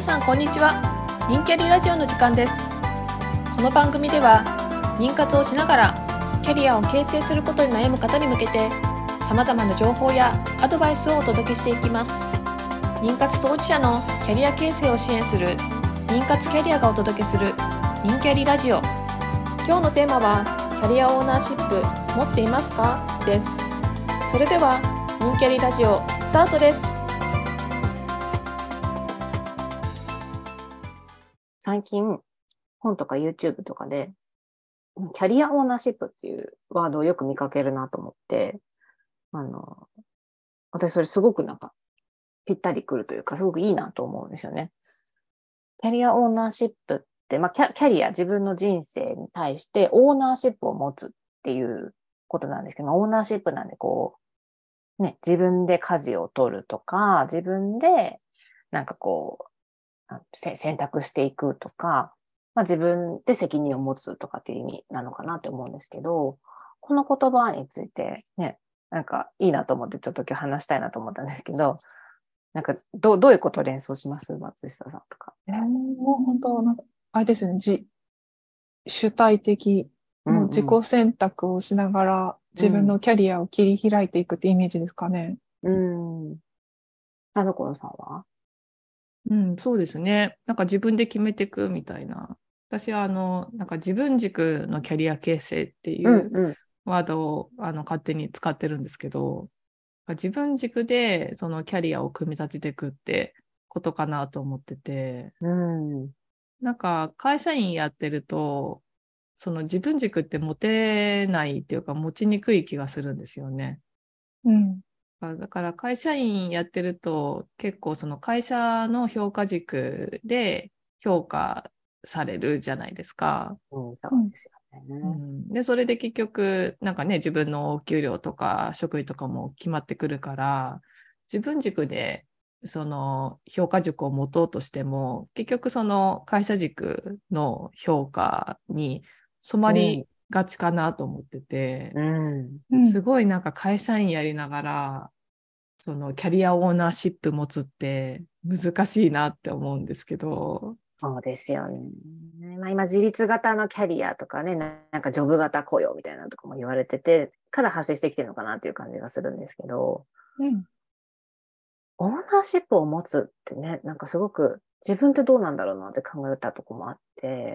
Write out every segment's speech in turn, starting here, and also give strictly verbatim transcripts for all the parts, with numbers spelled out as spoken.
皆さんこんにちは。妊キャリラジオの時間です。この番組では妊活をしながらキャリアを形成することに悩む方に向けて様々な情報やアドバイスをお届けしていきます。妊活当事者のキャリア形成を支援する妊活キャリアがお届けする妊キャリラジオ。今日のテーマはキャリアオーナーシップ持っていますかです。それでは妊キャリラジオスタートです。 最近本とか YouTube とかでキャリアオーナーシップっていうワードをよく見かけるなと思って、あの私それすごくなんかぴったりくるというかすごくいいなと思うんですよね。キャリアオーナーシップって、まあ、キャ、キャリア自分の人生に対してオーナーシップを持つっていうことなんですけど、オーナーシップなんでこうね、自分で舵を取るとか、自分でなんかこう選択していくとか、まあ、自分で責任を持つとかっていう意味なのかなって思うんですけど、この言葉についてね、なんかいいなと思ってちょっと今日話したいなと思ったんですけど、なんかどう、どういうことを連想します松下さんとか。 えー、もう本当なんか、あれですね、自、主体的、もう自己選択をしながら自分のキャリアを切り開いていくってイメージですかね。 うん。うん。田所さんは？ うん、そうですね。なんか自分で決めていくみたいな。私はあの、なんか自分軸のキャリア形成っていうワードをあの勝手に使ってるんですけど、自分軸でそのキャリアを組み立てていくってことかなと思ってて、 うん、 なんか会社員やってると、その自分軸って持てないっていうか持ちにくい気がするんですよね。 うん。 だから会社員やってると結構その会社の評価軸で評価されるじゃないですか。 うん、そうですよね。 うん、で、それで結局なんかね、自分のお給料とか職位とかも決まってくるから、自分軸でその評価軸を持とうとしても、結局その会社軸の評価に染まりがちかなと思ってて、 うんうん、 すごいなんか会社員やりながら、そのキャリアオーナーシップ持つって難しいなって思うんですけど。 そうですよね。まあ、今、自立型のキャリアとかね、なんかジョブ型雇用みたいなのとかも言われてて、から発生してきてるのかなっていう感じがするんですけど、 うん、 オーナーシップを持つってね、なんかすごく自分ってどうなんだろうなって考えたとこもあって、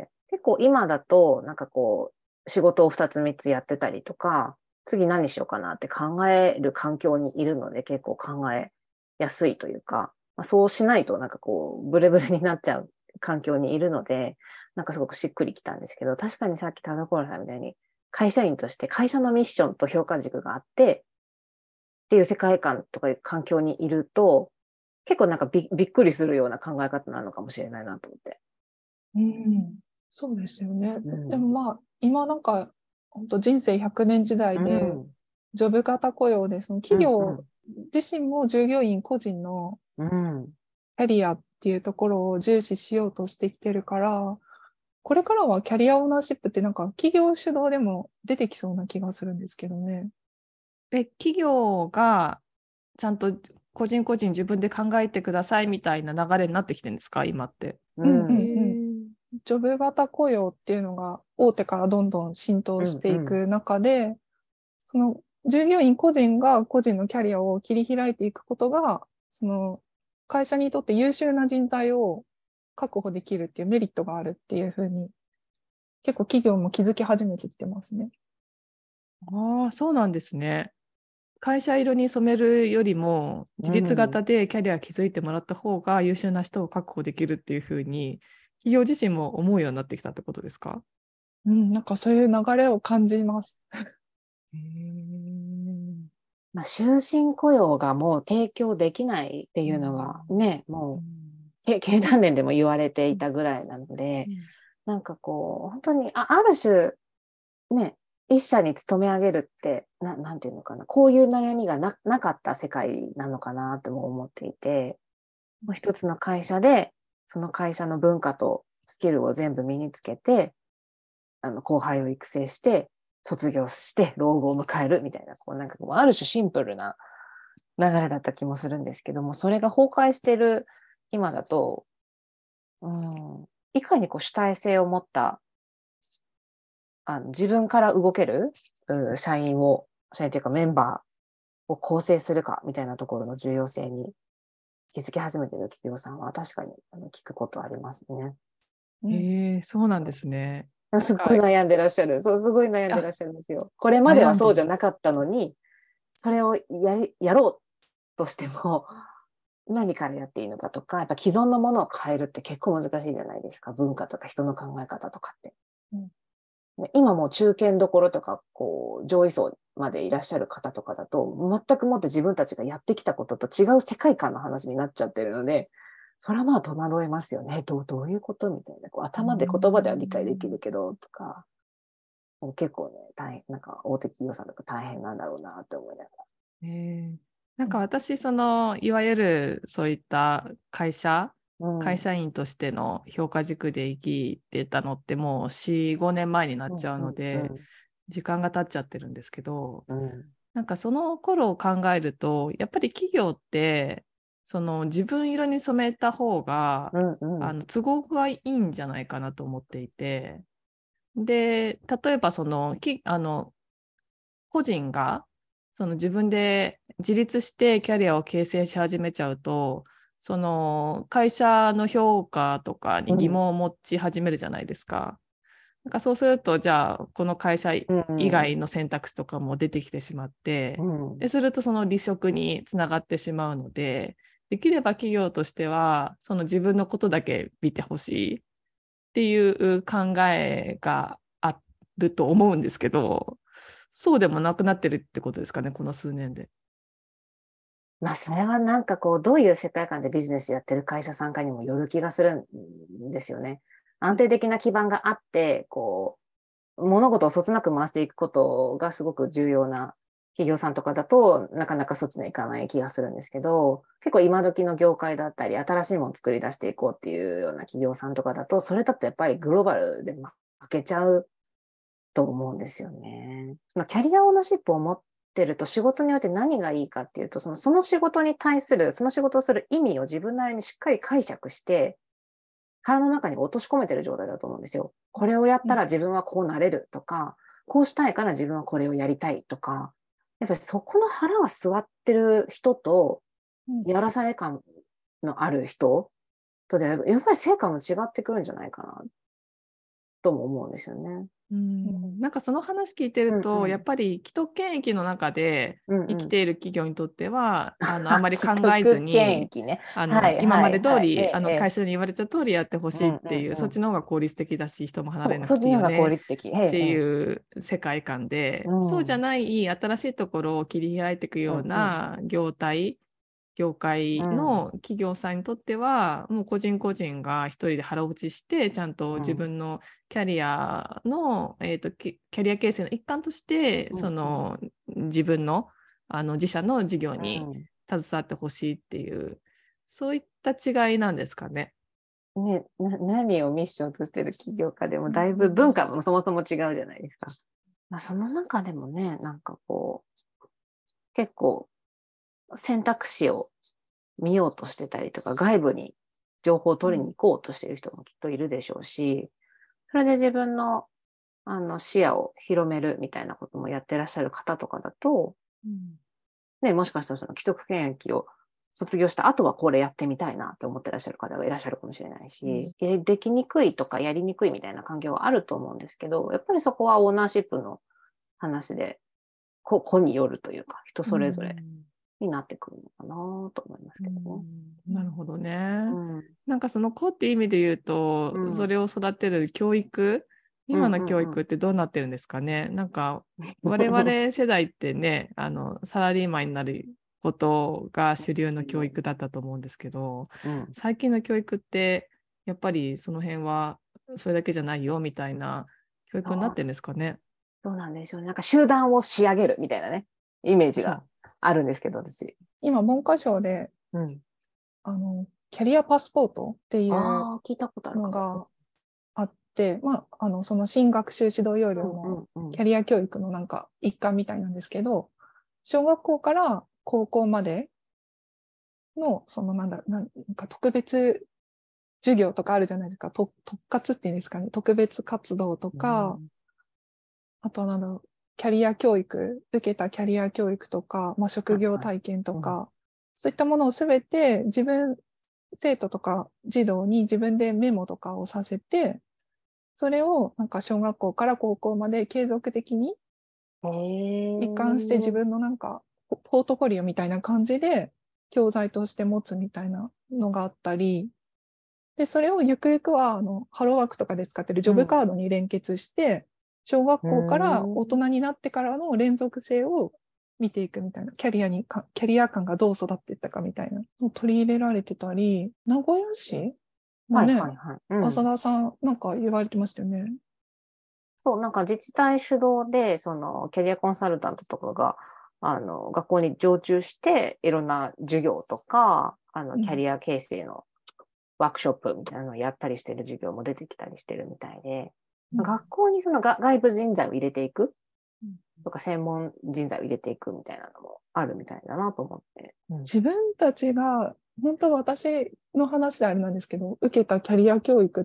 結構今だと、なんかこう、仕事をふたつみっつやってたりとか、次何しようかなって考える環境にいるので、結構考えやすいというか、まあ、そうしないとなんかこう、ブレブレになっちゃう環境にいるので、なんかすごくしっくりきたんですけど、確かにさっき田所さんみたいに、会社員として会社のミッションと評価軸があって、っていう世界観とかいう環境にいると、結構なんか び, びっくりするような考え方なのかもしれないなと思って。 うん。そうですよね。 うん、 でもまあ、今なんか、本当人生ひゃくねん時代で、 うん、 ジョブ型雇用で、その企業自身も従業員個人のうん、 キャリアっていうところを重視しようとしてきてるから、これからはキャリアオーナーシップってなんか企業主導でも出てきそうな気がするんですけどね。 で、企業がちゃんと個人個人自分で考えてくださいみたいな流れになってきてるんですか、今って。 うんうんうん。ジョブ型雇用っていうのが大手からどんどん浸透していく中で、うんうん、その従業員個人が個人のキャリアを切り開いていくことが、その会社にとって優秀な人材を確保できるっていうメリットがあるっていうふうに、結構企業も気づき始めてきてますね。 ああ、そうなんですね。会社色に染めるよりも自立型でキャリア築いてもらった方が優秀な人を確保できるっていうふうに企業自身も思うようになってきたってことですか？ うん、なんかそういう流れを感じます。 へー、まあ、終身雇用がもう提供できないっていうのがね、うん、もう経団連でも言われていたぐらいなので、うん、なんかこう本当に あ, ある種ね、一社に勤め上げるってな、なんていうのかな、こういう悩みが な, なかった世界なのかなとも思っていて、もう一つの会社でその会社の文化とスキルを全部身につけて、あの後輩を育成して卒業して老後を迎えるみたいな、こうなんかある種シンプルな流れだった気もするんですけども、それが崩壊してる今だとうん、いかにこう主体性を持ったあの自分から動ける、うん、社員を、社員というかメンバーを構成するかみたいなところの重要性に気づき始めている企業さんは確かにあの聞くことありますね。 うんへえ、そうなんですね。 すっごい悩んでらっしゃる。そう、すごい悩んでらっしゃるんですよ。これまではそうじゃなかったのに、それをやりやろうとしても、何からやっていいのかとか、やっぱ既存のものを変えるって結構難しいじゃないですか。文化とか人の考え方とかって。 うん今もう中堅どころとか、こう、上位層までいらっしゃる方とかだと、全くもって自分たちがやってきたことと違う世界観の話になっちゃってるので、それはまあ戸惑いますよね。どう、どういうことみたいな。こう頭で言葉では理解できるけど、とか、結構ね、大変、なんか大手企業さんとか大変なんだろうなって思いながら。 へえ、なんか私、その、いわゆるそういった会社、 うん、 会社員としての評価軸で生きてたのってもうよん、ごねんまえになっちゃうので、時間が経っちゃってるんですけど、 うんうん、 なんかその頃を考えると、やっぱり企業って、その自分色に染めた方が、 うんうん、 あの都合がいいんじゃないかなと思っていて、で、例えばその、きあの個人がその自分で自立してキャリアを形成し始めちゃうと、その会社の評価とかに疑問を持ち始めるじゃないですか。なんかそうすると、じゃあこの会社以外の選択肢とかも出てきてしまって、 うんうん、 でするとその離職につながってしまうので、できれば企業としてはその自分のことだけ見てほしいっていう考えがあると思うんですけど、そうでもなくなってるってことですかね、この数年で。 まあ、それはなんかこう、どういう世界観でビジネスやってる会社さんかにもよる気がするんですよね。安定的な基盤があって、こう、物事をそつなく回していくことがすごく重要な企業さんとかだと、なかなかそっちに行かない気がするんですけど、結構今時の業界だったり、新しいものを作り出していこうっていうような企業さんとかだと、それだとやっぱりグローバルで負けちゃうと思うんですよね。そのキャリアオーナーシップを持ってると仕事によって何がいいかっていうと、その、その仕事に対する、その仕事をする意味を自分なりにしっかり解釈して、腹の中に落とし込めてる状態だと思うんですよ。これをやったら自分はこうなれるとか、こうしたいから自分はこれをやりたいとか、やっぱりそこの腹が据わってる人と、やらされ感のある人とで、やっぱり成果も違ってくるんじゃないかな、とも思うんですよね。 うんなんかその話聞いてると、 うんうん、 やっぱり既得権益の中で生きている企業にとっては、 うんうん、 あのあまり考えずに、 ね、 あの、 はい今まで通り、 はいはい、 あの会社に言われた通りやってほしいっていう、 うんうんうん、 そっちの方が効率的だし人も離れそう、 なくそっちの方が効ていいよね率的。 っていう世界観で、 うん、 そうじゃない新しいところを切り開いていくような業態、業界の企業さんにとっては、もう個人個人が一人で腹落ちして、ちゃんと自分のキャリアの、えーと、キャリア形成の一環として、その自分の、あの自社の事業に携わってほしいっていう、そういった違いなんですかね。 ね、な何をミッションとしてる企業かでもだいぶ文化もそもそも違うじゃないですか。まあ、その中でもね、なんかこう、結構選択肢を見ようとしてたりとか、外部に情報を取りに行こうとしている人もきっといるでしょうし、それで自分の、あの視野を広めるみたいなこともやってらっしゃる方とかだと、うん、ね、もしかしたらその既得権益を卒業した後はこれやってみたいなって思ってらっしゃる方がいらっしゃるかもしれないし、うん、できにくいとかやりにくいみたいな環境はあると思うんですけど、やっぱりそこはオーナーシップの話で、個々によるというか、人それぞれになってくるのかなと思いますけどね。 うん、なるほどね。うん、なんかその子っていう意味で言うと、うん、それを育てる教育、今の教育ってどうなってるんですかね。うんうんうん、なんか我々世代ってね、あのサラリーマンになることが主流の教育だったと思うんですけど、うん、最近の教育ってやっぱりその辺はそれだけじゃないよみたいな教育になってるんですかね。 そうなんですよね。なんか集団を仕上げるみたいなね、イメージがあるんですけど、私。 今、文科省で、うん、あの、キャリアパスポートっていうのがあって、まあ、あの、その新学習指導要領のキャリア教育のなんか一環みたいなんですけど、小学校から高校までの、そのなんだ、なんか特別授業とかあるじゃないですか。と特活っていうんですかね。特別活動とか、 うん、 あとはなんだろう、キャリア教育、受けたキャリア教育とか、まあ、職業はいはい。 体験とうん、 か、そういったものをすべて自分、生徒とか児童に自分でメモとかをさせて、それをなんか小学校から高校まで継続的にへ一貫して自え。 分のなんかポポートフォリオみたいな感じで教材として持つみたいなのがあったり、で、それをゆくゆくはあのハローワークとかで使ってるジョブカードに連結して、小学う校から大ん。 人になってからの連続性を見ていくみたいな、キャリアにか、キャリア感がどう育っていったかみたいなのを取り入れられてたり、名古屋市もはいね、 はいはい。う浅ん。 田さんなんか言われてましたよね。 そう、なんか自治体主導で、そのキャリアコンサルタントとかが、あの、学校に常駐して、いろんな授業とか、あの、 うん。 キャリア形成のワークショップみたいなのをやったりしてる授業も出てきたりしてるみたいで、 うん。 学校にそのが外部人材を入れていくうん。 とか、専門人材を入れていくみたいなのもあるみたいだなと思って。うん。 自分たちが、本当私の話であれなんですけど、受けたキャリア教育って、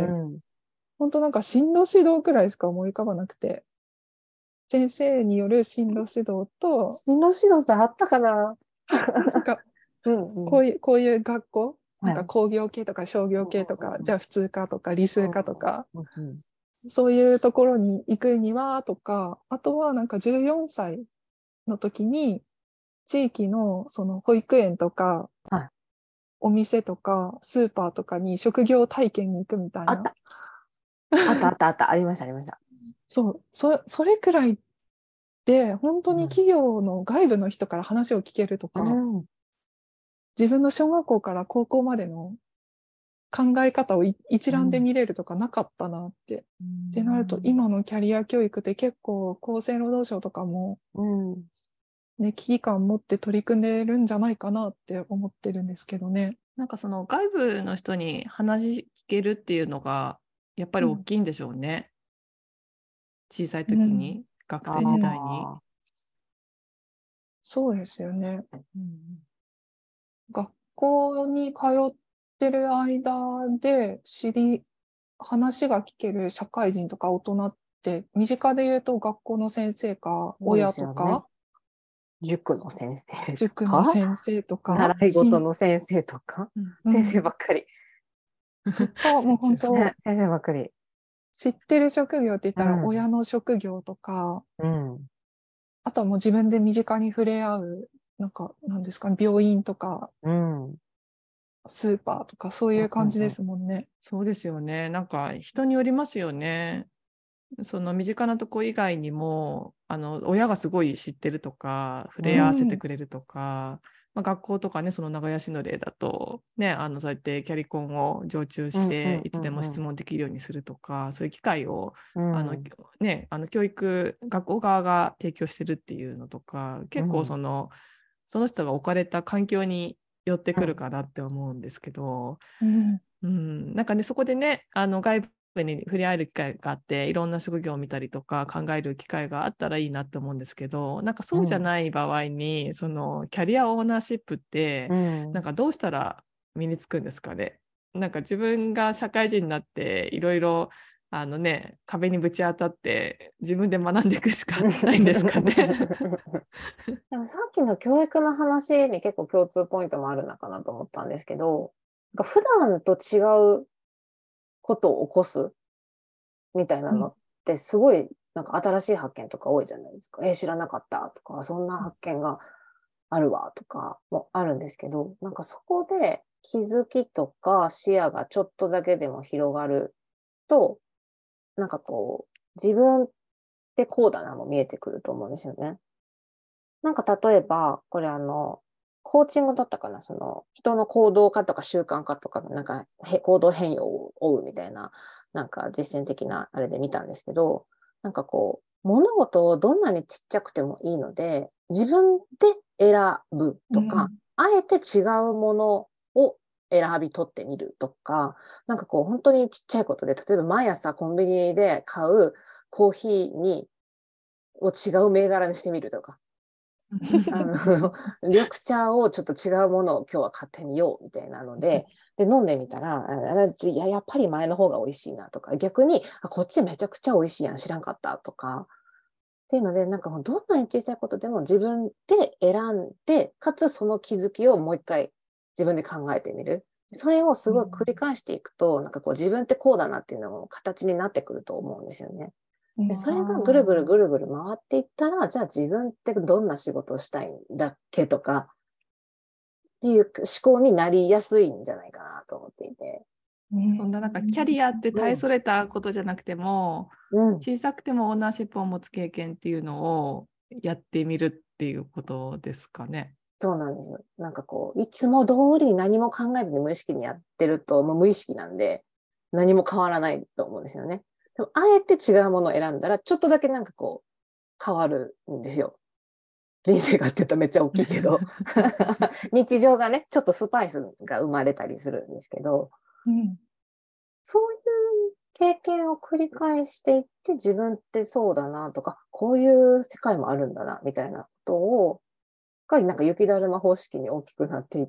うん。 本当なんか進路指導くらいしか思い浮かばなくて、先生による進路指導と、 進路指導ってあったかな？ なんかうんうん。 こういう、こういう学校、なんかはい。 工業系とか商業うん系とか、 うんじゃあ普通科とか理数科とか、 うんうん。 そういうところに行くにはとか、あとはなんかじゅうよんさいの時に、地域のその保育園とか、 はい。 お店とか、スーパーとかに職業体験に行くみたいな。 あった。あったあったあった。ありましたありました。 そう、そ、それくらいで、本当にうん。 企業の外部の人から話を聞けるとうか、 ん。 自分の小学校から高校までの考え方をい一覧でうん。 見れるとかなかったなって。 うってなると、 ん。 今のキャリア教育って結構厚生労働省とかもうん。 ね、危機感を持って取り組んでるんじゃないかなって思ってるんですけどね。 なんかその外部の人に話聞けるっていうのがやっぱり大うん。 きいんでしょうね。小さいうん。 時に、学あ生時代に。 あ。 そうですよね。 うん、 学校に通ってる間で知り、話が聞ける社会人とか大人って、身近で言うと学校の先生か、 そうで親すよね。 とか、 塾の先生と塾のか、 先生とか、 習い事の先生とか、 うん先生うん、 ばっかり。 とか、もう本当、 ね、先生ばっかり。 知ってる職業って言っうたらん。 親の職業とか、 うん。 あとはもう自分で身近に触れ合う、なんか、なんですかね、病院とか、 うん。うん。 スーパーとか、そういう感じでうん。 すもんね。 そうですよね。なんか人によりますよね。その身近なとこ以外にも、あの親がすごい知ってるとか、触うれ合わせてうん。 くれるとか、まあ、学校とかね、その名古屋市の例だと、ね、あのそうやってキャリコンを常駐ん。 して、いつでも質うん。 問できるようにするとか、そういう機会をあの、 うん。 ね、あの教育、学校側が提供してるっていうのとか、結構うん。 その、その人が置かれた環境によってくるうん。 かなって思うんですけど、 うん。 うん、なんかね、そこでね、あの外部に触れ合える機会があって、いろんな職業を見たりとか考える機会があったらいいなって思うんですけど、なんかそうじゃうん。 ない場合に、そのキャリアオーナーシップって、 うん。 なんかどうしたら身につくんですかね。なんか自分が社会人になっていろいろあのね、壁にぶち当たって自分で学んでいくしかないんですかね。 でもさっきの教育の話に結構共通ポイントもあるのかなと思ったんですけど、なんか普段と違うことを起こすみたいなうん。 のってすごいなんか新しい発見とか多いじゃないですか。えー、知らなかったとか、そんな発見があるわとかもあるんですけど、なんかそこで気づきとか視野がちょっとだけでも広がると、なんかこう、自分ってこうだなも見えてくると思うんですよね。なんか例えば、これあの、コーチングだったかな、その、人の行動化とか習慣化とか、なんか、へ行動変容を追うみたいな、なんか実践的なあれで見たんですけど、なんかこう、物事をどんなにちっちゃくてもいいので、自分で選ぶとか、 うん。 あえて違うものを選び取ってみるとか、なんかこう、本当にちっちゃいことで、例えば毎朝コンビニで買うコーヒーに、を違う銘柄にしてみるとか、 あの緑茶をちょっと違うものを今日は買ってみようみたいなので、で飲んでみたら、あいや、やっぱり前の方が美味しいなとか、逆にあこっちめちゃくちゃ美味しいやん知らんかったとかっていうので、なんかもうどんなに小さいことでも自分で選んで、かつその気づきをもう一回自分で考えてみる。それをすごい繰り返していくと、うん、なんかこう自分ってこうだなっていうのも形になってくると思うんですよね。でそれがぐるぐるぐるぐる回っていったら、じゃあ自分ってどんな仕事をしたいんだっけとかっていう思考になりやすいんじゃないかなと思っていて。 そんななんかキャリアって大それたことじゃなくても、うん、小さくてもオーナーシップを持つ経験っていうのをやってみるっていうことですかね。 そうなんですよ。なんかこういつも通りに何も考えずに無意識にやってると、もう無意識なんで何も変わらないと思うんですよね。でもあえて違うものを選んだらちょっとだけなんかこう変わるんですよ。人生がって言うとめっちゃ大きいけど日常がねちょっとスパイスが生まれたりするんですけど、うん、そういう経験を繰り返していって、自分ってそうだなとか、こういう世界もあるんだなみたいなことをがなんか雪だるま方式に大きくなっていって、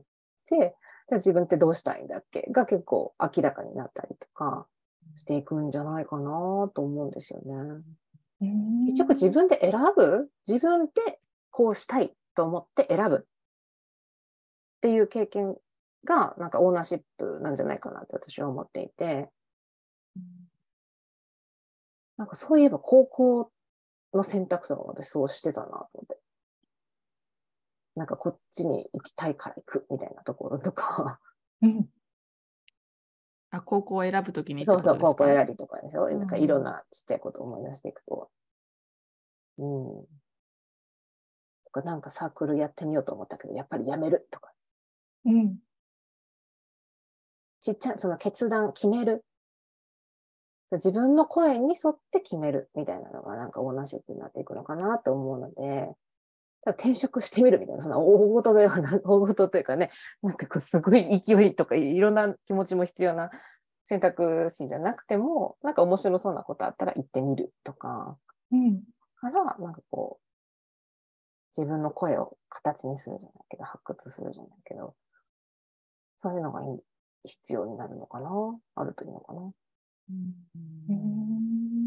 じゃあ自分ってどうしたいんだっけが結構明らかになったりとかしていくんじゃないかなと思うんですよね。結局自分で選ぶ、自分でこうしたいと思って選ぶっていう経験がなんかオーナーシップなんじゃないかなって私は思っていて、なんかそういえば高校の選択とか私そうしてたなと思って。なんかこっちに行きたいから行くみたいなところとか。うん、 あ、高校を選ぶときにってことですか？そうそう、高校選びとかですよ。 うん、 なんかいろんなちっちゃいことを思い出していくと。うん。とかなんかサークルやってみようと思ったけど、やっぱりやめるとか。うん。ちっちゃい、その決断、決める。自分の声に沿って決めるみたいなのがなんかオーナーシップになっていくのかなと思うので、転職してみるみたいな、その大事ではな、大事というかね、なんかこうすごい勢いとかいろんな気持ちも必要な選択肢じゃなくても、なんか面白そうなことあったら行ってみるとか、うん、から、なんかこう、自分の声を形にするじゃないけど、発掘するじゃないけど、そういうのが必要になるのかな、あるといいのかな。 うん、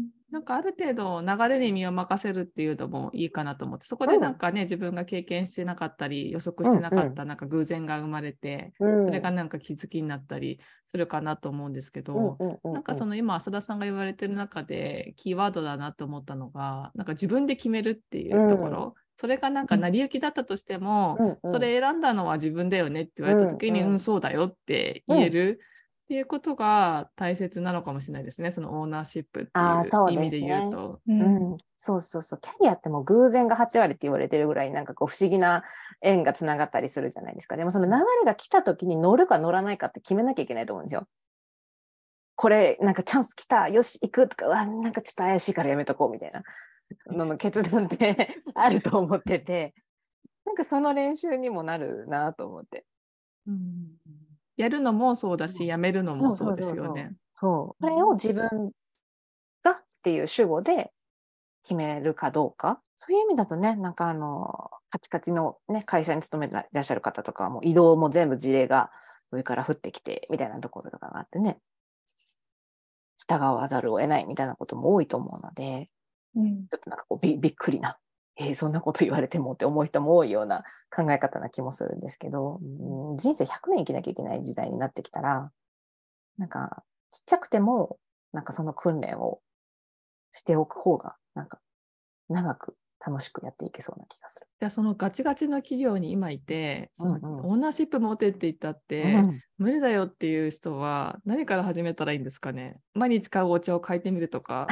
なんかある程度流れに身を任せるっていうのもいいかなと思って、そこでなんかね、うん、自分が経験してなかったり予測してなかったなんか偶然が生まれて、うん、それがなんか気づきになったりするかなと思うんですけど、なんかその今浅田さんが言われてる中でキーワードだなと思ったのが、なんか自分で決めるっていうところ、うん、それがなんか成り行きだったとしても、うんうん、それ選んだのは自分だよねって言われた時に、うん、うん、うん、そうだよって言える、っていうことが大切なのかもしれないですね。そのオーナーシップっていう意味で言うと。 うん、そうそうそう。キャリアってもう偶然がはち割って言われてるぐらい、なんかこう不思議な縁がつながったりするじゃないですか。でもその流れが来た時に乗るか乗らないかって決めなきゃいけないと思うんですよ。これなんかチャンス来た、よし行くとか、うわなんかちょっと怪しいからやめとこうみたいなのの決断ってあると思ってて、なんかその練習にもなるなと思って。 うん、やるのもそうだし、やめるのもそうですよね。 そう。これを自分がっていう主語で決めるかどうか。そういう意味だとね、なんかあの、カチカチのね、会社に勤めていらっしゃる方とかはもう移動も全部事例が上から降ってきて、みたいなところとかがあってね、従わざるを得ないみたいなことも多いと思うので、うん、ちょっとなんかこう び, びっくりな、えー、そんなこと言われてもって思う人も多いような考え方な気もするんですけど、うん、人生ひゃくねん生きなきゃいけない時代になってきたら、なんかちっちゃくてもなんかその訓練をしておく方がなんか長く楽しくやっていけそうな気がする。 いや、そのガチガチの企業に今いて、そのオーナーシップ持てって言ったって、うん、無理だよっていう人は何から始めたらいいんですかね。毎日買うお茶を変えてみるとか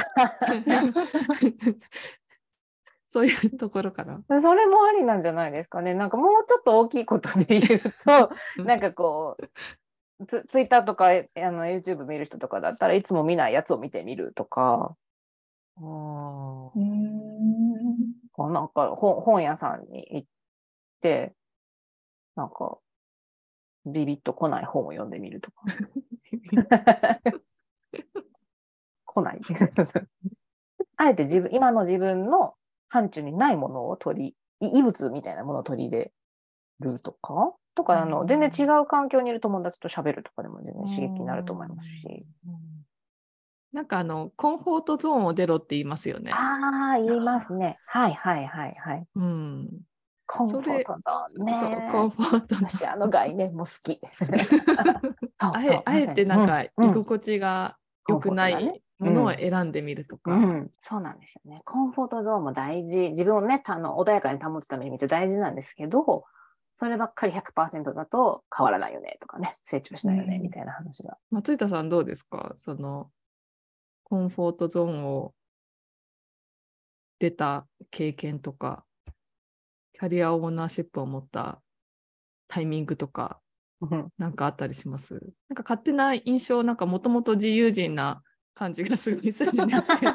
そういうところから。 それもありなんじゃないですかね。なんかもうちょっと大きいことで言うとなんかこうツ, ツイッターとかあの YouTube 見る人とかだったらいつも見ないやつを見てみるとか、あうんなんか 本, 本屋さんに行ってなんかビビッと来ない本を読んでみるとか来ないあえて自分今の自分の範疇にないものを取り異物みたいなものを取り入れるとか、とか、あの、全然違う環境にいる友達と喋るとかでも全然刺激になると思いますし。 なんかあの、コンフォートゾーンを出ろって言いますよね。 ああ、言いますね。はいはいはいはい。 うん。 コンフォートゾーンね。 そう、コンフォートゾーン。 私、あの概念も好き。そうあえ、 そう。 あえてなんか、 うん居心地が良くないものを選んでみるとか。 うんうん、そうなんですよね。コンフォートゾーンも大事。自分をね、あの穏やかに保つためにめっちゃ大事なんですけど、そればっかり ひゃくパーセント だと変わらないよねとかね、成長しないよね、 うんみたいな話が。 松下さんどうですか？その、コンフォートゾーンを出た経験とか、キャリアオーナーシップを持ったタイミングとか、なんかあったりします？なんか勝手な印象、なんかもともと自由人な感じがすごいするんですけど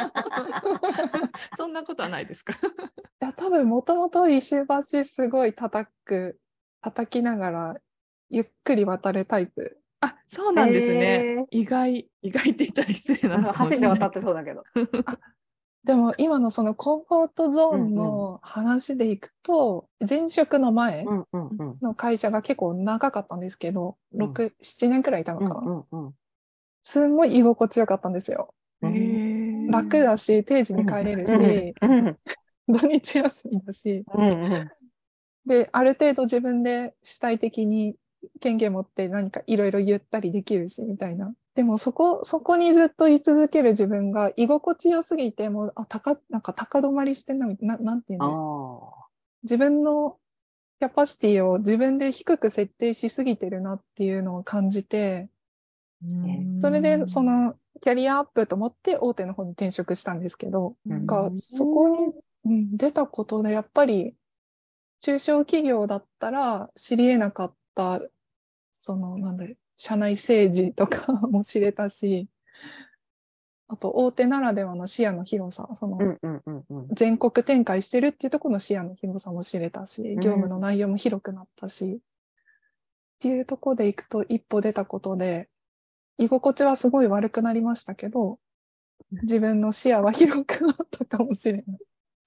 そんなことはないですか？ いや、多分もともと石橋すごい叩く、叩きながらゆっくり渡るタイプ。 あ、そうなんですね。 えー、 意外、意外って言ったら失礼なのかもしれない。 橋で渡ってそうだけど。 あ、でも今のそのコンフォートゾーンうんうんの話でいくと、前職の前うんうんうんの会社が結構長かったんですけど、 うんろく、ななねんくらいいたのうんかな。 うんうんすんごい居心地よかったんですよ。 へー楽だし、定時に帰れるし、 うん土日休みだし、 うんうんで、ある程度自分で主体的に権限持って何かいろいろ言ったりできるし、みたいな。でもそこ、そこにずっと居続ける自分が居心地よすぎて、もう、あ、高、なんか高止まりしてんな、みたいな、ななんていうんあだー自分のキャパシティを自分で低く設定しすぎてるなっていうのを感じて、それでそのキャリアアップと思って大手の方に転職したんですけど、 うんがそこに、うん、出たことでやっぱり中小企業だったら知り得なかった、その、なんだろう、社内政治とかも知れたし、あと大手ならではの視野の広さ、そのうんうんうんうん全国展開してるっていうところの視野の広さも知れたし、業務の内容も広くなったし、っていうところでいくと一歩出たことで、居心地はすごい悪くなりましたけど、自分の視野は広くなったかもしれない。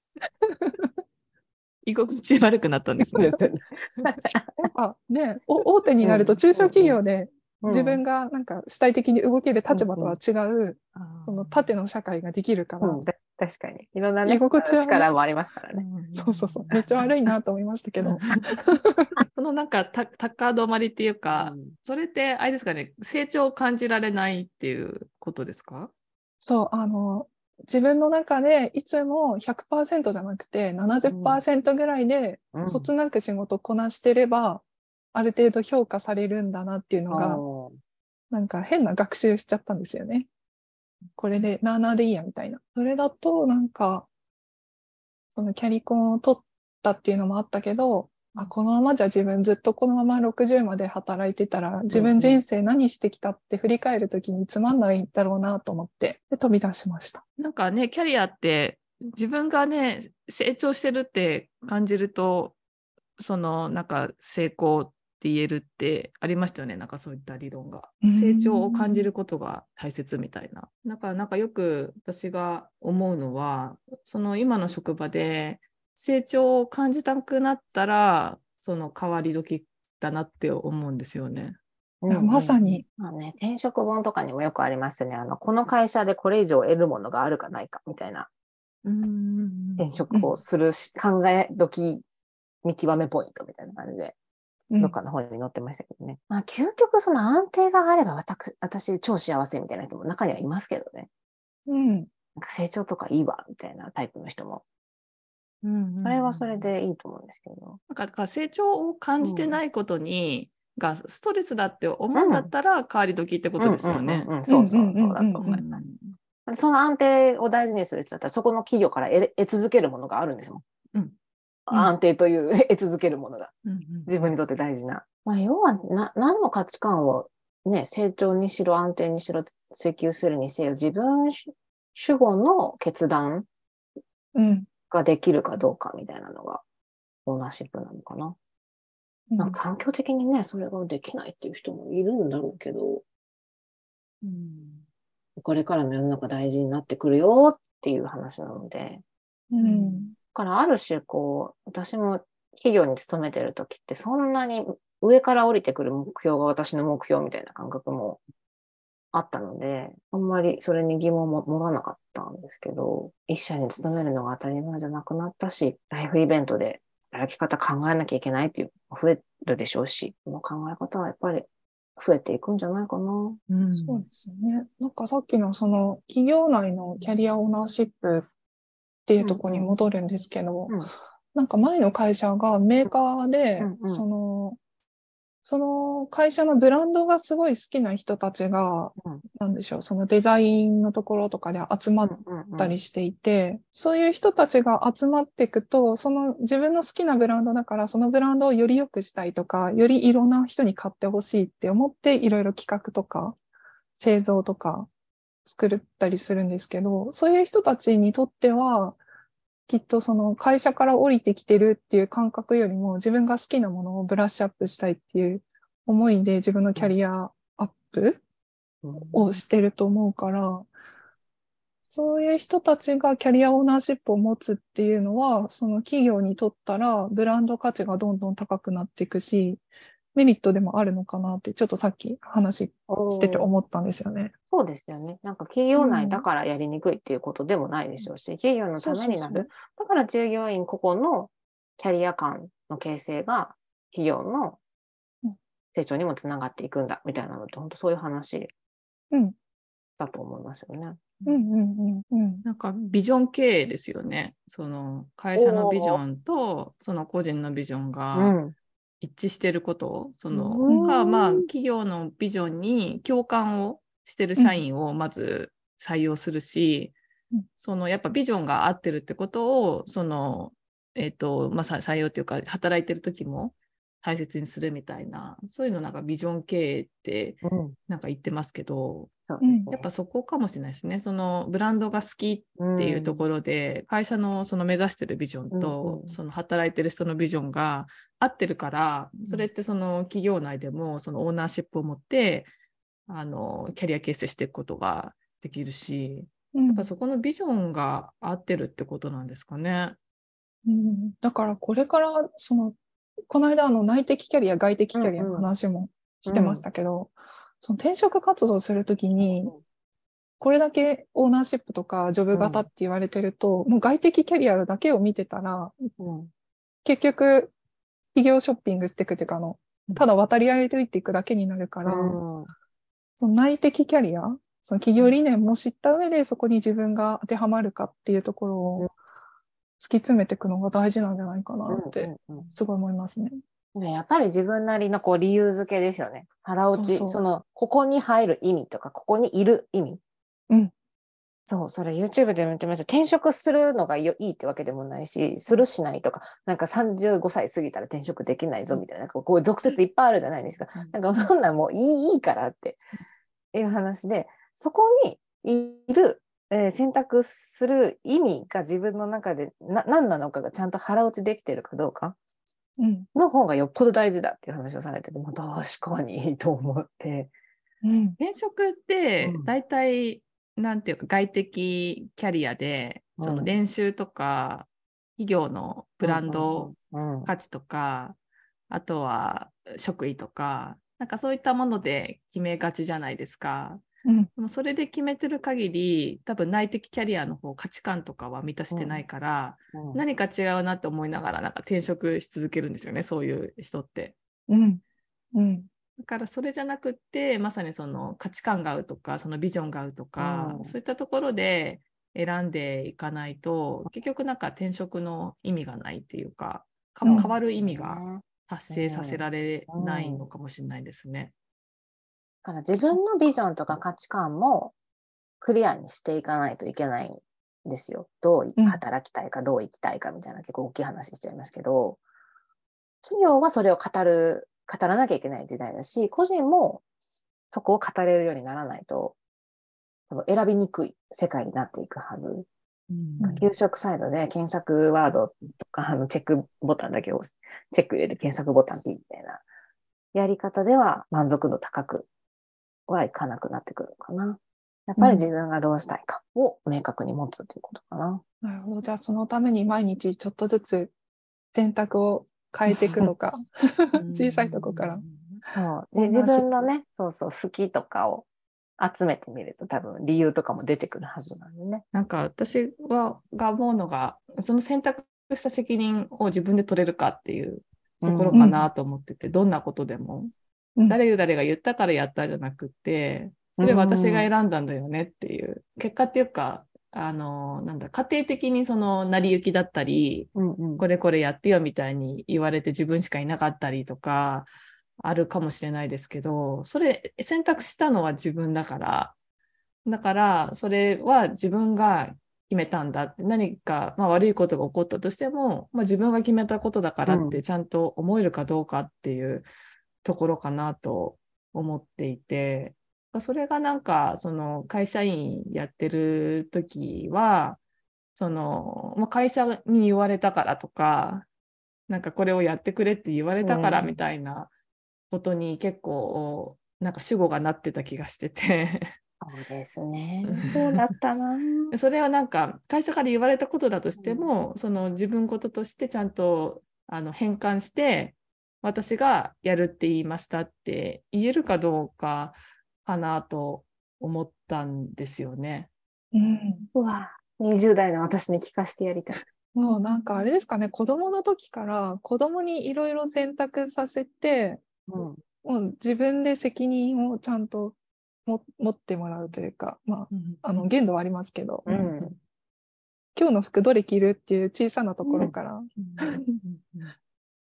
居心地悪くなったんですね。 やっぱね、お大手になると中小企業で自分がなんか主体的に動ける立場とは違う、その縦の社会ができるから、 うん、確かに。いろんなね、 居心地はね力もありますからね。 そうそうそう、めっちゃ悪いなと思いましたけど。 そのなんかた高止まりっていうか、 うんそれってあれですかね、成長を感じられないっていうことですか？ そう、あの、自分の中でいつもひゃくパーセントじゃなくてななじゅっパーセントぐらいで、 うんそつなく仕事こなしてれば、ある程度評価されるんだなっていうのが、 おーなんか変な学習しちゃったんですよね。これで、なあなあでいいやみたいな。それだと、なんか、そのキャリコンを取ったっていうのもあったけど、あ、このままじゃ自分ずっとこのままろくじゅうまで働いてたら、自分人生何してきたって振り返るときにつまんないだろうなと思って、で飛び出しました。 なんかね、キャリアって自分がね、成長してるって感じると、そのなんか成功って言えるってありましたよね。なんかそういった理論が。成長を感じることが大切みたいな。だからなんかよく私が思うのは、その今の職場で成長を感じたくなったら、その変わり時だなって思うんですよね。 いやまさに。 まあね、転職本とかにもよくありますね。あの、この会社でこれ以上得るものがあるかないかみたいなうん転職をするし、考え時見極めポイントみたいな感じで、 うんどっかの本に載ってましたけどね。まあ、究極その安定があれば私、私超幸せみたいな人も中にはいますけどね。 うん。 なんか成長とかいいわみたいなタイプの人も。 うんうんそれはそれでいいと思うんですけど。 なんかだから成長を感じてないことに、がストレスだって思うんだったら変わり時ってことですよね。 うんうんうんうん、そうそう、そうだと思います。その安定を大事にする人だったら、そこの企業から得得続けるものがあるんですもん。 うん、 安定という得続けるものが、 うんうん、 自分にとって大事な。まあ、要はな、何の価値観を、ね、成長にしろ安定にしろ追求するにせよ、自分主語の決断ができるかどうかみたいなのが、オーナーシップなのかな。 うんなんか環境的にね、それができないっていう人もいるんだろうけど、 うん、 これからの世の中大事になってくるよっていう話なので、 うん、 からある種こう、私も企業に勤めてる時ってそんなに上から降りてくる目標が私の目標みたいな感覚もあったので、あんまりそれに疑問も持たなかったんですけど、一社に勤めるのが当たり前じゃなくなったし、ライフイベントで働き方考えなきゃいけないっていうのが増えるでしょうし、この考え方はやっぱり増えていくんじゃないかな。 うん、そうですよね。なんかさっきのその企業内のキャリアオーナーシップっていうところに戻るんですけど、 うんうん、 なんか前の会社がメーカーで、 うんうん、 その、その会社のブランドがすごい好きな人たちが、うん、なんでしょう、そのデザインのところとかで集まったりしていて、うんうんうん、そういう人たちが集まっていくと、その自分の好きなブランドだから、そのブランドをより良くしたいとか、よりいろんな人に買ってほしいって思って、いろいろ企画とか、製造とか作ったりするんですけど、そういう人たちにとっては、きっとその会社から降りてきてるっていう感覚よりも自分が好きなものをブラッシュアップしたいっていう思いで自分のキャリアアップをしてると思うから、そういう人たちがキャリアオーナーシップを持つっていうのは、その企業にとったらブランド価値がどんどん高くなっていくし、メリットでもあるのかなって、ちょっとさっき話してて思ったんですよね。 そうですよね。なんか企業内だからやりにくいっていうことでもないでしょうし、うん、企業のためになる。そうそうそう。だから従業員個々のキャリア間の形成が企業の成長にもつながっていくんだみたいなのって、本当そういう話だと思いますよね。 うんうんうんうん、 なんかビジョン経営ですよね。その会社のビジョンとその個人のビジョンが一致していること、うん、そのか、まあ企業のビジョンに共感をしてる社員をまず採用するし、うん、そのやっぱビジョンが合ってるってことをそのえっとまあ採用っていうか働いてる時も大切にするみたいな、そういうのなんかビジョン経営ってなんか言ってますけど、 そうですね、 やっぱそこかもしれないですね。そのブランドが好きっていうところで、うん、会社のその目指してるビジョンと、うんうん、その働いてる人のビジョンが合ってるから、それってその企業内でもそのオーナーシップを持ってあのキャリア形成していくことができるし、うん、だからそこのビジョンが合ってるってことなんですかね。 うん、だからこれからそのこの間あの内的キャリア外的キャリアの話もしてましたけど、うんうん、その転職活動するときに、これだけオーナーシップとかジョブ型って言われてると、うん、もう外的キャリアだけを見てたら、うん、結局、企業ショッピングしていくっていうか、あの、ただ渡り歩いていくだけになるから、うん、その内的キャリア、その企業理念も知った上で、そこに自分が当てはまるかっていうところを突き詰めていくのが大事なんじゃないかなって、すごい思いますね。 やっぱり自分なりのこう理由付けですよね。腹落ち、そうそう、その、ここに入る意味とか、ここにいる意味。 うん。 そう、それ YouTube でも言ってました。転職するのがいいってわけでもないし、するしないとか、なんかさんじゅうごさい過ぎたら転職できないぞみたいな、なんかこう俗説いっぱいあるじゃないですか。なんかそんなんもういい、いいからっていう話で、そこにいる、えー、選択する意味が自分の中でな何なのかがちゃんと腹落ちできてるかどうか。うん、の方がよっぽど大事だっていう話をされてて、もう確かにいいと思って、 うん、転職って大体、うん、なんていうか外的キャリアで、うん、その年収とか企業のブランド価値とか、うん、あとは職位とかなんかそういったもので決めがちじゃないですか。うん、でもそれで決めてる限り多分内的キャリアの方価値観とかは満たしてないから、うんうん、何か違うなって思いながらなんか転職し続けるんですよね、そういう人って。 うんうん、 だからそれじゃなくってまさにその価値観が合うとかそのビジョンが合うとか、うん、そういったところで選んでいかないと結局なんか転職の意味がないっていうか、か変わる意味が達成させられないのかもしれないですね。 だから自分のビジョンとか価値観もクリアにしていかないといけないんですよ。どう働きたいか、どう生きたいかみたいな結構大きい話しちゃいますけど、企業はそれを語る、語らなきゃいけない時代だし、個人もそこを語れるようにならないと、多分選びにくい世界になっていくはず。うん、求職サイドで検索ワードとか、あのチェックボタンだけをチェック入れて検索ボタンピッみたいなやり方では満足度高くはいかなくなってくるのかな。 やっぱり自分がどうしたいかを明確に持つということかな。 なるほど。じゃあそのために毎日ちょっとずつ選択を変えていくとか、小さいとこから。 そうで自分のね、そうそう、好きとかを集めてみると多分理由とかも出てくるはずなんでね。 なんか私はが思うのが、その選択した責任を自分で取れるかっていうところかなと思ってて、うん、どんなことでも、うん、誰々が言ったからやったじゃなくて、それは私が選んだんだよねっていう、うん、結果っていうか、あの、なんだ、家庭的にその成り行きだったり、うんうん、これこれやってよみたいに言われて自分しかいなかったりとか、あるかもしれないですけど、それ選択したのは自分だから、だからそれは自分が決めたんだって、何か、まあ、悪いことが起こったとしても、まあ、自分が決めたことだからってちゃんと思えるかどうかっていうところかなと思っていて、それがなんかその会社員やってる時は、その、まあ、会社に言われたからとか、なんかこれをやってくれって言われたからみたいなことに結構なんか主語がなってた気がしてて。 そうですね。そうだったな。 それはなんか会社から言われたことだとしても、うん、その自分事としてちゃんとあの変換して私がやるって言いましたって言えるかどうかかなと思ったんですよね。 うん、うわ、にじゅう代の私に聞かせてやりたい。 もうなんかあれですかね、子供の時から子供にいろいろ選択させて、うん、もう自分で責任をちゃんとも持ってもらうというか、まあ、うん、あの限度はありますけど、うん、今日の服どれ着るっていう小さなところから、うん、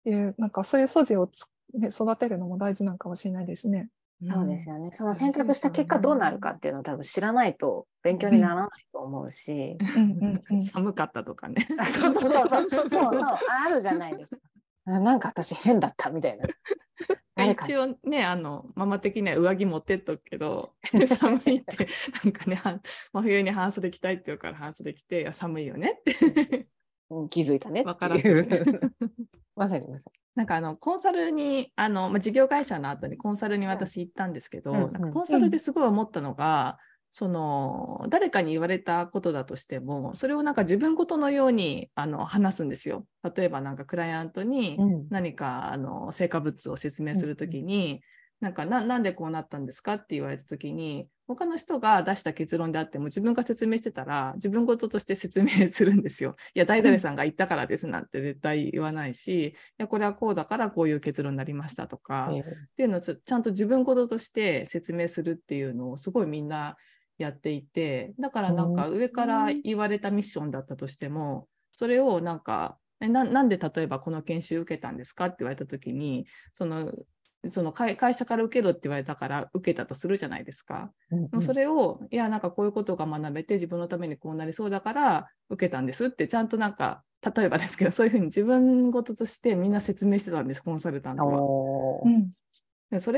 いうなんかそういう素地をつ、ね、育てるのも大事なのかもしれないですね。 そうですよね。その選択した結果どうなるかっていうのを多分知らないと勉強にならないと思うし、 寒かったとかね。 そうそうそうそうそう、あるじゃないですか。なんか私変だったみたいな。 一応ね、あのママ的には上着持ってっとくけど寒いってなんかね、真冬に半袖着たいって言うから半袖着て、いや寒いよねって気づいたねっていう。 分からずまさにまさに。 なんかあのコンサルにあの、まあ、事業会社の後にコンサルに私行ったんですけど、うんうん、なんかコンサルですごい思ったのが、うん、その誰かに言われたことだとしてもそれをなんか自分ごとのようにあの話すんですよ。例えばなんかクライアントに何か、うん、あの成果物を説明するときに、うん、なんか な, なんでこうなったんですかって言われたときに、他の人が出した結論であっても自分が説明してたら自分ごととして説明するんですよ。いや誰々さんが言ったからですなんて絶対言わないし、いやこれはこうだからこういう結論になりましたとか、えー、っていうのをちゃんと自分ごととして説明するっていうのをすごいみんなやっていて、だからなんか上から言われたミッションだったとしても、それをなんか な, なんで例えばこの研修受けたんですかって言われた時に、そのその 会, 会社から受けろって言われたから受けたとするじゃないですか。うんうん、それをいやなんかこういうことが学べて自分のためにこうなりそうだから受けたんですってちゃんとなんか例えばですけどそういうふうに自分ごととしてみんな説明してたんです、コンサルタントは。うん、それって、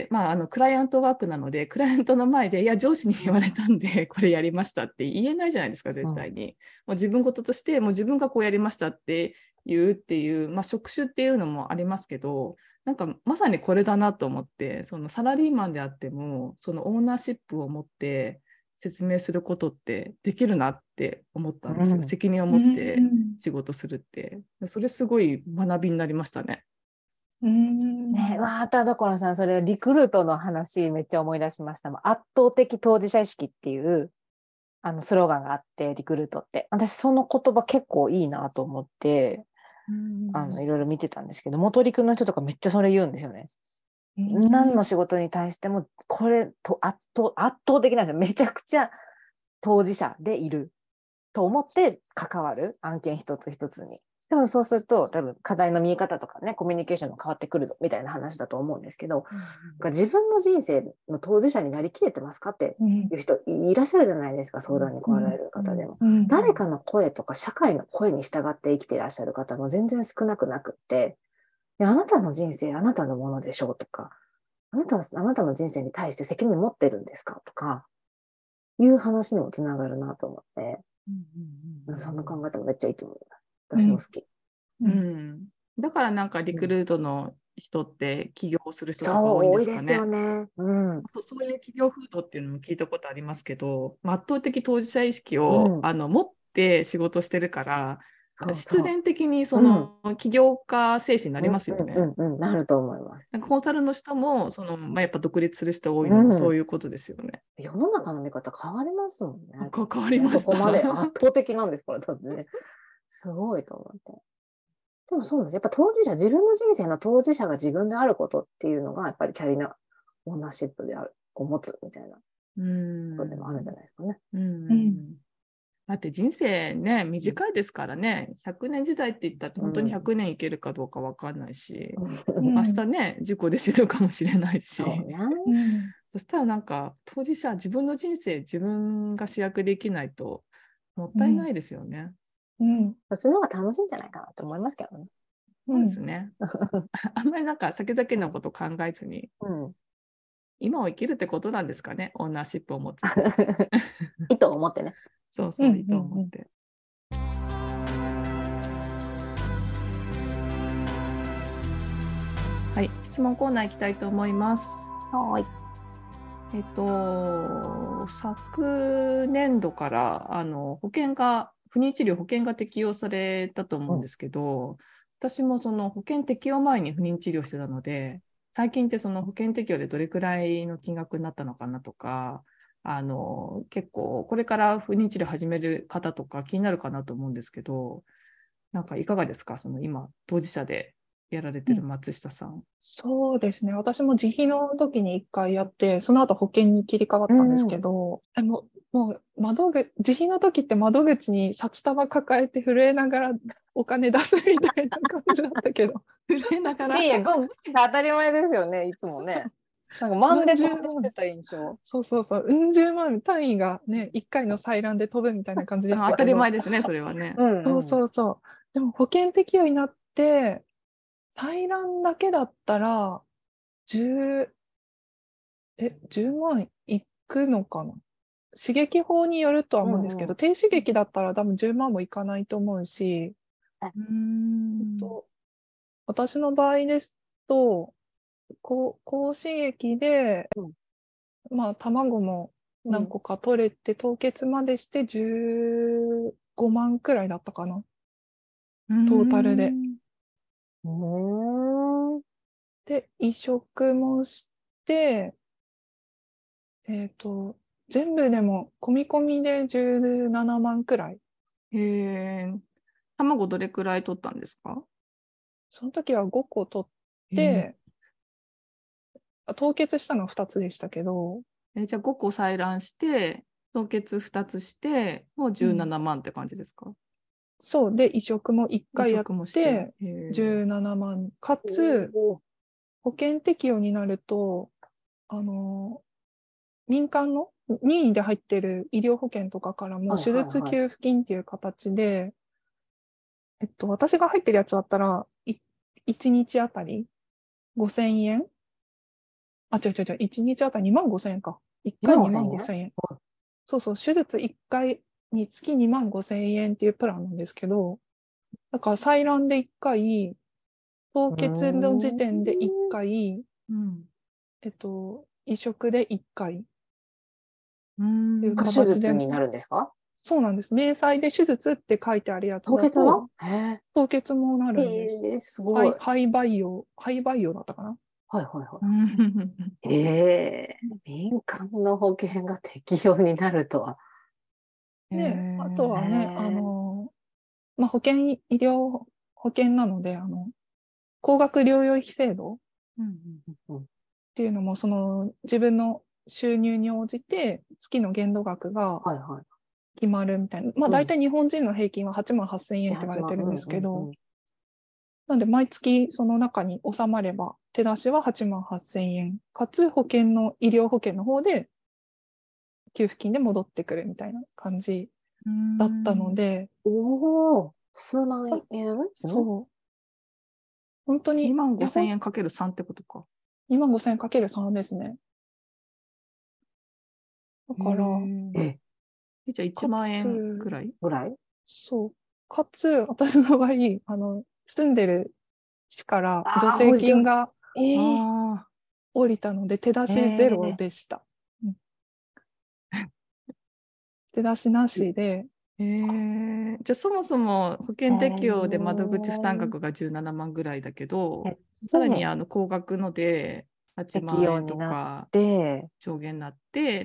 まあ、あのクライアントワークなのでクライアントの前でいや上司に言われたんでこれやりましたって言えないじゃないですか絶対に。うん、もう自分ごととしてもう自分がこうやりましたって言うっていう、まあ、職種っていうのもありますけど、なんかまさにこれだなと思って、そのサラリーマンであってもそのオーナーシップを持って説明することってできるなって思ったんですよ、うん、責任を持って仕事するって、うん、それすごい学びになりましたね。 うんね、わあ、田所さん、それリクルートの話めっちゃ思い出しました。圧倒的当事者意識っていうあのスローガンがあって、リクルートって。私その言葉結構いいなと思って、あのいろいろ見てたんですけど、元陸の人とかめっちゃそれ言うんですよね。何の仕事に対してもこれと圧倒、圧倒的なんですよ。めちゃくちゃ当事者でいると思って関わる案件一つ一つに。でもそうすると多分課題の見え方とかね、コミュニケーションも変わってくるみたいな話だと思うんですけど、うん、自分の人生の当事者になりきれてますかっていう人いらっしゃるじゃないですか、相談に来られる方でも、うんうん、誰かの声とか社会の声に従って生きていらっしゃる方も全然少なくなくって、あなたの人生あなたのものでしょうとか、あなたはあなたの人生に対して責任持ってるんですかとかいう話にもつながるなと思って、うんうんうん、そんな考え方もめっちゃいいと思います。私も好き、 うんうん、だからなんかリクルートの人って起業する人とそう、 か多いんで多いですすかね。 よね。うん。 そう、そういう企業風土っていうのも聞いたことありますけど、まあ圧倒的当事者意識うをん。 あの持って仕事してるから、なんか必そうそ然的にそう。うん。 の起業家精神になりうんますよね。 うんうんうん。なると思います。 なんかコンサルの人もその、まあ、やっぱ独立する人多いのもそうん。 ういうことですよね。 世の中の見方変わりますもんね。 あか変わりね、 ました。 そこまで圧倒的なんですから、だってね。すごいと思って。でもそうなんです。やっぱ当事者、自分の人生の当事者が自分であることっていうのが、やっぱりキャリアオーナーシップである、を持つみたいなうことでもあるんじゃん。 ないですかね。 ううん。 ん。だって人生ね、短いですからね、ひゃくねん時代って言ったってう本当にん。 ひゃくねんいけるかどうかわかんないし、明うん。 日ね、事故で死ぬかもしれないそうし、 ね。 うん。 そしたらなんか当事者、自分の人生、自分が主役できないともっうん。 たいないですよね。 うん。 そっちの方が楽しいんじゃないかなと思いますけどね。 そうでうん。 すね。あんまりなんか先々のこと考えずに、 うん。 今を生きるってことなんですかね、オーナーシップを持つ。 意図を持ってね。 そうそう、 うん。 いいと思って。はい、質問コーナー行きたいと思います。 はい。 えっと、昨年度からあの保険が、不妊治療保険が適用されたと思うんですけど、私もその保険適用前に不妊治療してたので、最近ってその保険適用でどれくらいの金額になったのかなとか、あの結構これから不妊治療始める方とか気になるかなと思うんですけど、なんかいかがですか、その今当事者でやられてる松下さん。 そうですね。私も自費の時に一回やって、その後保険に切り替わったんですけど、えもう、もう窓口、自費の時って窓口に札束抱えて震えながらお金出すみたいな感じだったけど。 震えながら。 いやいや、ゴンが当たり前ですよね、いつもね。なんか万で飛んできてた印象。 そうそうそう。うん十万単位がね、一回の採卵で飛ぶみたいな感じでした当たりけど。 前ですね、それはね。 うんそうそうそう。でも保険適用になって、採卵だけだったら、じゅう、え、じゅうまんいくのかな。刺激法によるとは思うんですけど、 うんうん。 低刺激だったら多分じゅうまんもいかないと思うし、 うーん。 と私の場合ですと、高高刺激で、 うんまあ、卵も何個か取れて、凍結までしてじゅうごまんくらいだったかな、トータルで。 うーん。 で、移植もして、えっと、全部でも込み込みでじゅうななまんくらい。 へえ。卵どれくらい取ったんですか？ その時はごこ取っへて、あ凍結したのはふたつでしたけど、 え。え、じゃあごこ採卵して、凍結ふたつして、もうじゅうななまんって感じですか？ そう。で、移植もいっかいやっ移植もして。 て、 へえ。 じゅうななまん。かつ、 おー保険適用になると、あの、民間の任意で入ってる医療保険とかからもはい手はいはい。 術給付金っていう形で、えっと、私が入ってるやつだったら、いいちにちあたりごせんえんあ、違う違う違う、いちにちあたりにまんごせんえんか。いっかい 2 2万万 5 0 0 0円。 はいそうそう、手術いっかいにつきにまんごせんえんっていうプランなんですけど、だから採卵でいっかい、凍う結の時ーん。 点でいっかい、 うん。 えっと、移植でいっかいっうーていうが手ん。 形で、 術になるんですか？ そうなんです。明細で手術って書いてあるやつ凍結だと、 もへ凍結もなえ。 るんです。 えー、すごい。 肺、肺培養、肺培養だったかな。 はいはいはうん。 い。ええ民間の保険が適用になるとは。 へで、あとはね、あえ。 の、まあ、保険、医療保険なので、あの、高額療養費制度うんうんっていうのも、その自分の収入に応じて月の限度額がはいはい。 決まるみたいな。まあうん大体日本人の平均ははちまんはっせんえんって言われてるんですけど、なんで毎月その中に収まれば手出しははちまんはっせんえん、かつ保険の医療保険の方で給付金で戻ってくるみたいな感じうん。 だったので、 おお、数万あ円そう、本当に、 にまんいやごせんえんかけるさんってことか。 にまんごせんえんかけるさんですね。だから、 へえ。 え、 えじゃあ1 か万円くつ、 らい？ ぐらいそう。かつ、私の場合、あの、住んでる市からあー助成金がえー、 あ降りたので手出しゼロでした。うん手出しなしで、 ーえーじゃあそもそも保険適用で窓口負担額がじゅうななまんぐらいだけど、 えさらにであの高額のではちまんえんとかで、 上限になって、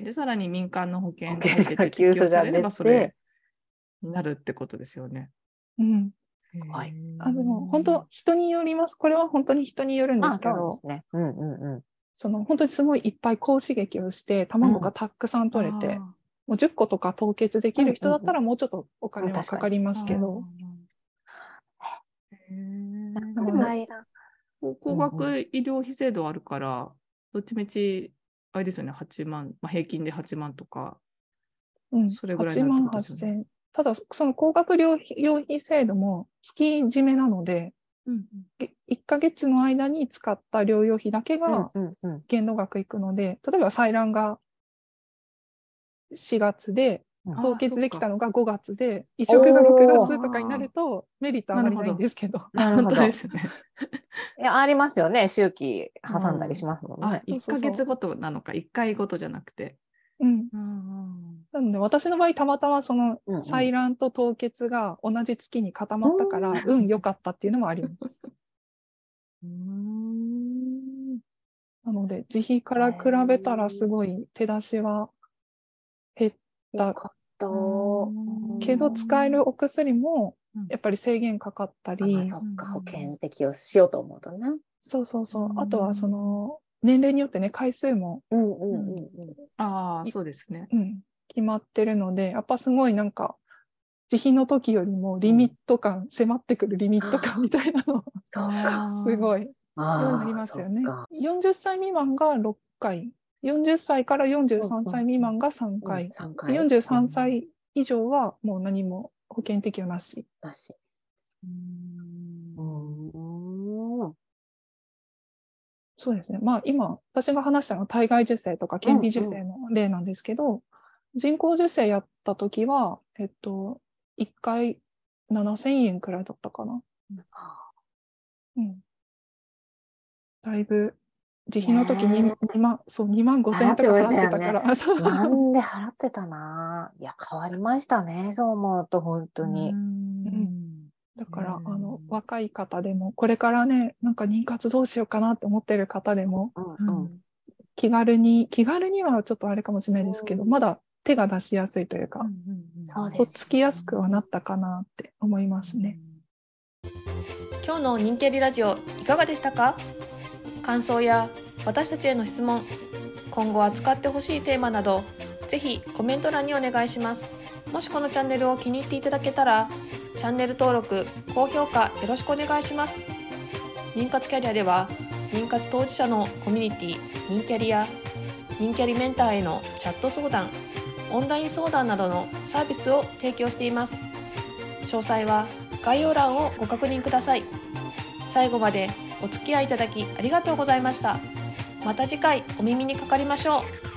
でさらに民間の保険保が入ってて険が給適用されれ付が出ばそれて、 になるってことですよね。 うん、 はいへーあの本当人によります。これは本当に人によるんであ、 すけどそうです、ね。うんうんうん。 その本当にすごいいっぱい高刺激をして卵がたくさん取れて、 あもうじゅっことか凍結できる人だったらうんもうちょっとお金はかかりまーすけど、 あーへーなので平ら高高額医療費制度あるから、どっちみちあれですよね、はちまん、まあ、平均ではちまんとか、 うん、 それぐらいに 8 なるって万ことですよね。 はっせん。ただ、その高額療費制度も月締めなので、 うんいっかげつの間に使った療養費だけがうんうんうん限度額いくので、例えば採卵がしがつで、 うん凍結できたのがごがつで、移おー植がろくがつとかになるとメリットあまりないんですけど。 本当なるほど。いですね。 や、ありますよね。周期挟んだりしますもんあ、 ね。 いっかげつごとなのか、いっかいごとじゃなくて。 うん、 うんうんなので私の場合たまたまそのうんうん採卵と凍結が同じ月に固まったからうん運良かったっていうのもあります。 うーんなので自費から比べたらすごい手出しは減ったよかった。 けど使えるお薬もうんやっぱり制限かかったあ、 り、 まあ、そっか、保険適用しようと思うとね。 そうそうそうう。んあとはその年齢によってね回数も、 うんうんうんうん。 ああ、そうですね。 うん、決まってるのでやっぱすごいなんか自費の時よりもリミット感、迫ってくるリミット感みたいなのそうすごいあようになりますよねそっか。 よんじゅっさい未満がろっかい、よんじゅっさいからよんじゅうさんさい未満がさんかい、 うん、さんかい。 よんじゅうさんさい以上はもう何も保険適用なし。 だし。 うーんうーん。 そうですね。まあ今、私が話したのは体外受精とか顕微授精の例なんですけど、人工授精やった時は、えっと、いっかいななせんえんくらいだったかな。うん。だいぶ、自費の時にねにまん、そう、にまんごせんえんとか払ってたから。そうなんで払ってたな。いや、変わりましたね。そう思うと、本当に。 うんだから、 うんあの、若い方でも、これからね、なんか妊活どうしようかなって思ってる方でも、 うんうんうん気軽に、気軽にはちょっとあれかもしれないですけど、 うんまだ手が出しやすいというか、 そうですとっつきやすくはなったかなって思いますね。 今日の人気ありラジオいかがでしたか？感想や私たちへの質問、今後扱ってほしいテーマなど、ぜひコメント欄にお願いします。もしこのチャンネルを気に入っていただけたら、チャンネル登録、高評価よろしくお願いします。妊活キャリアでは、妊活当事者のコミュニティ、妊キャリや妊キャリメンターへのチャット相談、オンライン相談などのサービスを提供しています。詳細は概要欄をご確認ください。最後までお付き合いいただきありがとうございました。また次回お耳にかかりましょう。